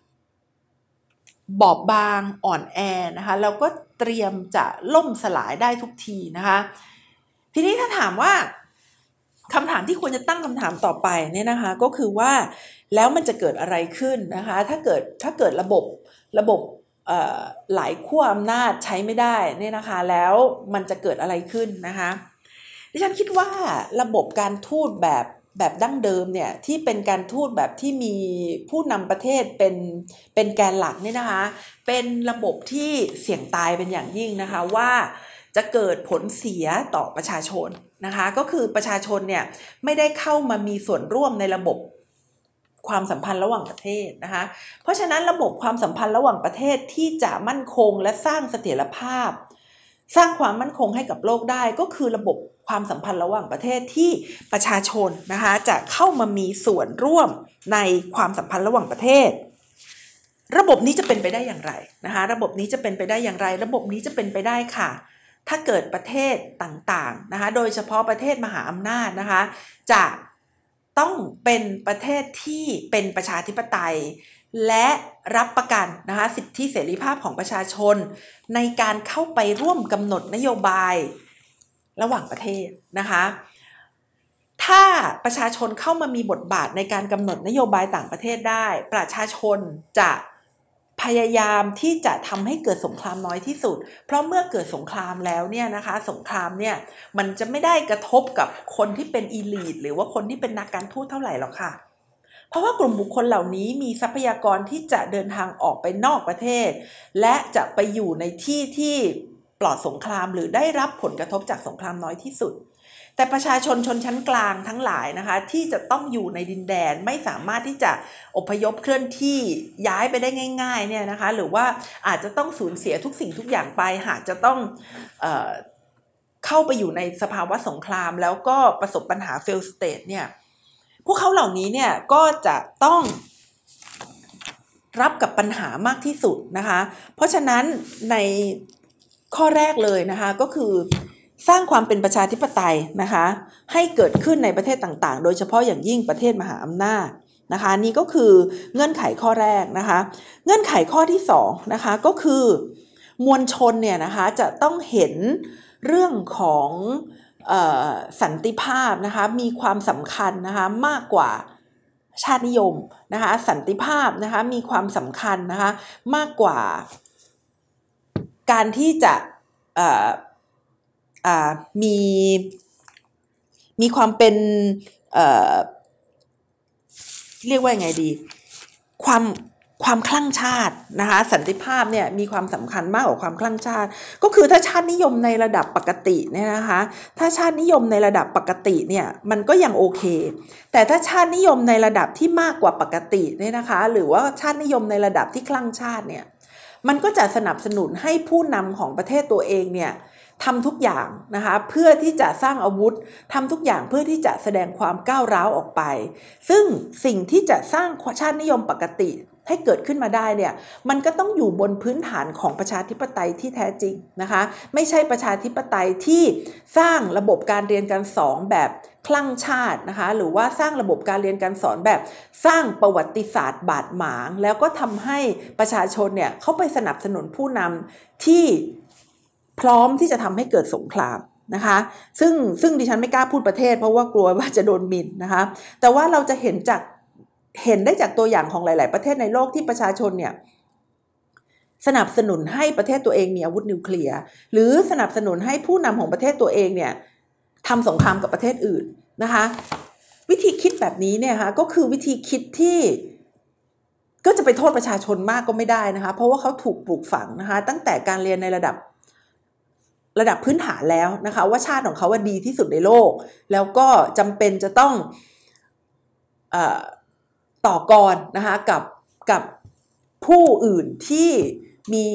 S1: บอบบางอ่อนแอนะคะแล้วก็เตรียมจะล่มสลายได้ทุกทีนะคะทีนี้ถ้าถามว่าคำถามที่ควรจะตั้งคำถามต่อไปเนี่ยนะคะก็คือว่าแล้วมันจะเกิดอะไรขึ้นนะคะถ้าเกิดถ้าเกิดระบบระบบหลายขั้วอำนาจใช้ไม่ได้เนี่ยนะคะแล้วมันจะเกิดอะไรขึ้นนะคะดิฉันคิดว่าระบบการทูตแบบแบบดั้งเดิมเนี่ยที่เป็นการทูตแบบที่มีผู้นำประเทศเป็นเป็นแกนหลักเนี่ยนะคะเป็นระบบที่เสี่ยงตายเป็นอย่างยิ่งนะคะว่าจะเกิดผลเสียต่อประชาชนนะคะก็คือประชาชนเนี่ยไม่ได้เข้ามามีส่วนร่วมในระบบความสัมพันธ์ระหว่างประเทศนะคะเพราะฉะนั้นระบบความสัมพันธ์ระหว่างประเทศที่จะมั่นคงและสร้างเสถียรภาพสร้างความมั่นคงให้กับโลกได้ก็คือระบบความสัมพันธ์ระหว่างประเทศที่ประชาชนนะคะจะเข้ามามีส่วนร่วมในความสัมพันธ์ระหว่างประเทศระบบนี้จะเป็นไปได้อย่างไรนะคะระบบนี้จะเป็นไปได้อย่างไรระบบนี้จะเป็นไปได้ค่ะถ้าเกิดประเทศต่างๆนะคะโดยเฉพาะประเทศมหาอำนาจนะคะจะต้องเป็นประเทศที่เป็นประชาธิปไตยและรับประกันนะคะสิทธิเสรีภาพของประชาชนในการเข้าไปร่วมกำหนดนโยบายระหว่างประเทศนะคะถ้าประชาชนเข้ามามีบทบาทในการกำหนดนโยบายต่างประเทศได้ประชาชนจะพยายามที่จะทำให้เกิดสงครามน้อยที่สุดเพราะเมื่อเกิดสงครามแล้วเนี่ยนะคะสงครามเนี่ยมันจะไม่ได้กระทบกับคนที่เป็นอีลีทหรือว่าคนที่เป็นนักการทูตเท่าไหร่หรอกค่ะเพราะว่ากลุ่มบุคคลเหล่านี้มีทรัพยากรที่จะเดินทางออกไปนอกประเทศและจะไปอยู่ในที่ที่ปลอดสงครามหรือได้รับผลกระทบจากสงครามน้อยที่สุดแต่ประชาชนชนชั้นกลางทั้งหลายนะคะที่จะต้องอยู่ในดินแดนไม่สามารถที่จะอพยพเคลื่อนที่ย้ายไปได้ง่ายๆเนี่ยนะคะหรือว่าอาจจะต้องสูญเสียทุกสิ่งทุกอย่างไปหากจะต้องเอ่อเข้าไปอยู่ในสภาวะสงครามแล้วก็ประสบปัญหา fail state เนี่ยพวกเขาเหล่านี้เนี่ยก็จะต้องรับกับปัญหามากที่สุดนะคะเพราะฉะนั้นในข้อแรกเลยนะคะก็คือสร้างความเป็นประชาธิปไตยนะคะให้เกิดขึ้นในประเทศต่างๆโดยเฉพาะอย่างยิ่งประเทศมหาอำนาจนะคะนี่ก็คือเงื่อนไขข้อแรกนะคะเงื่อนไขข้อที่สองนะคะก็คือมวลชนเนี่ยนะคะจะต้องเห็นเรื่องของเอ่อสันติภาพนะคะมีความสำคัญนะคะมากกว่าชาตินิยมนะคะสันติภาพนะคะมีความสำคัญนะคะมากกว่าการที่จะเอ่อมีมีความเป็นเอ่อเรียกว่าไงดีความความคลั่งชาตินะคะสันติภาพเนี่ยมีความสำคัญมากกว่าความคลั่งชาติก็คือถ้าชาตินิยมในระดับปกติเนี่ยนะคะถ้าชาตินิยมในระดับปกติเนี่ยมันก็ยังโอเคแต่ถ้าชาตินิยมในระดับที่มากกว่าปกติเนี่ยนะคะหรือว่าชาตินิยมในระดับที่คลั่งชาติเนี่ยมันก็จะสนับสนุนให้ผู้นำของประเทศตัวเองเนี่ยทำทุกอย่างนะคะเพื่อที่จะสร้างอาวุธทำทุกอย่างเพื่อที่จะแสดงความก้าวร้าวออกไปซึ่งสิ่งที่จะสร้างชาตินิยมปกติให้เกิดขึ้นมาได้เนี่ยมันก็ต้องอยู่บนพื้นฐานของประชาธิปไตยที่แท้จริงนะคะไม่ใช่ประชาธิปไตยที่สร้างระบบการเรียนการสอนแบบคลั่งชาตินะคะหรือว่าสร้างระบบการเรียนการสอนแบบสร้างประวัติศาสตร์บาดหมางแล้วก็ทำให้ประชาชนเนี่ยเข้าไปสนับสนุนผู้นำที่พร้อมที่จะทำให้เกิดสงครามนะคะซึ่งซึ่งดิฉันไม่กล้าพูดประเทศเพราะว่ากลัวว่าจะโดนหมิ่นนะคะแต่ว่าเราจะเห็นจากเห็นได้จากตัวอย่างของหลายๆประเทศในโลกที่ประชาชนเนี่ยสนับสนุนให้ประเทศตัวเองมีอาวุธนิวเคลียร์หรือสนับสนุนให้ผู้นำของประเทศตัวเองเนี่ยทำสงครามกับประเทศอื่นนะคะวิธีคิดแบบนี้เนี่ยค่ะก็คือวิธีคิดที่ก็จะไปโทษประชาชนมากก็ไม่ได้นะคะเพราะว่าเขาถูกปลูกฝังนะคะตั้งแต่การเรียนในระดับระดับพื้นฐานแล้วนะคะว่าชาติของเขาว่าดีที่สุดในโลกแล้วก็จำเป็นจะต้องเอ่อต่อกรนะคะกับกับผู้อื่นที่มี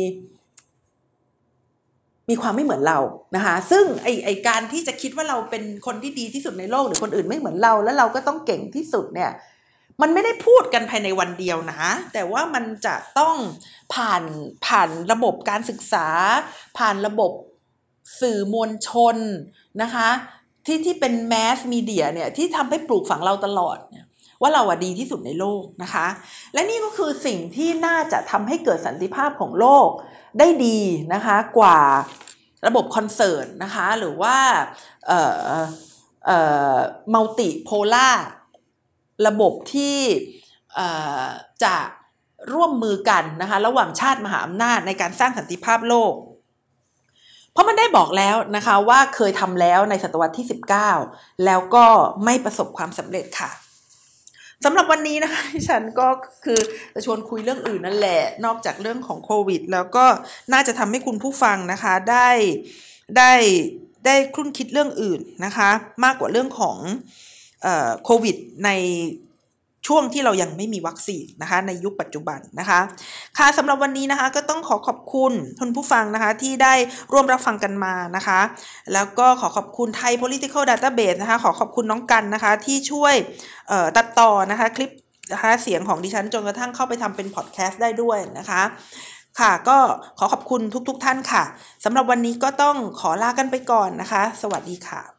S1: มีความไม่เหมือนเรานะคะซึ่งไอไอการที่จะคิดว่าเราเป็นคนที่ดีที่สุดในโลกหรือคนอื่นไม่เหมือนเราแล้วเราก็ต้องเก่งที่สุดเนี่ยมันไม่ได้พูดกันภายในวันเดียวนะแต่ว่ามันจะต้องผ่านผ่านระบบการศึกษาผ่านระบบสื่อมวลชนนะคะที่ที่เป็นแมสมีเดียเนี่ยที่ทำให้ปลูกฝังเราตลอดเนี่ยว่าเราอะดีที่สุดในโลกนะคะและนี่ก็คือสิ่งที่น่าจะทำให้เกิดสันติภาพของโลกได้ดีนะคะกว่าระบบคอนเสิร์ตนะคะหรือว่าเอ่อเอ่อมัลติโพล่าระบบที่เอ่อจะร่วมมือกันนะคะระหว่างชาติมหาอำนาจในการสร้างสันติภาพโลกเพราะมันได้บอกแล้วนะคะว่าเคยทำแล้วในศตวรรษที่สิบเก้าแล้วก็ไม่ประสบความสำเร็จค่ะสำหรับวันนี้นะคะฉันก็คือจะชวนคุยเรื่องอื่นนั่นแหละนอกจากเรื่องของโควิดแล้วก็น่าจะทำให้คุณผู้ฟังนะคะได้ได้ได้ครุ่นคิดเรื่องอื่นนะคะมากกว่าเรื่องของเอ่อโควิดในช่วงที่เรายังไม่มีวัคซีนนะคะในยุคปัจจุบันนะคะค่ะสำหรับวันนี้นะคะก็ต้องขอขอบคุณคุณผู้ฟังนะคะที่ได้ร่วมรับฟังกันมานะคะแล้วก็ขอขอบคุณ Thai Political Database นะคะขอขอบคุณน้องกันนะคะที่ช่วยเอ่อตัดต่อนะคะคลิปนะคะเสียงของดิฉันจนกระทั่งเข้าไปทำเป็นพอดแคสต์ได้ด้วยนะคะค่ะก็ขอขอบคุณทุกๆท่านค่ะสำหรับวันนี้ก็ต้องขอลากันไปก่อนนะคะสวัสดีค่ะ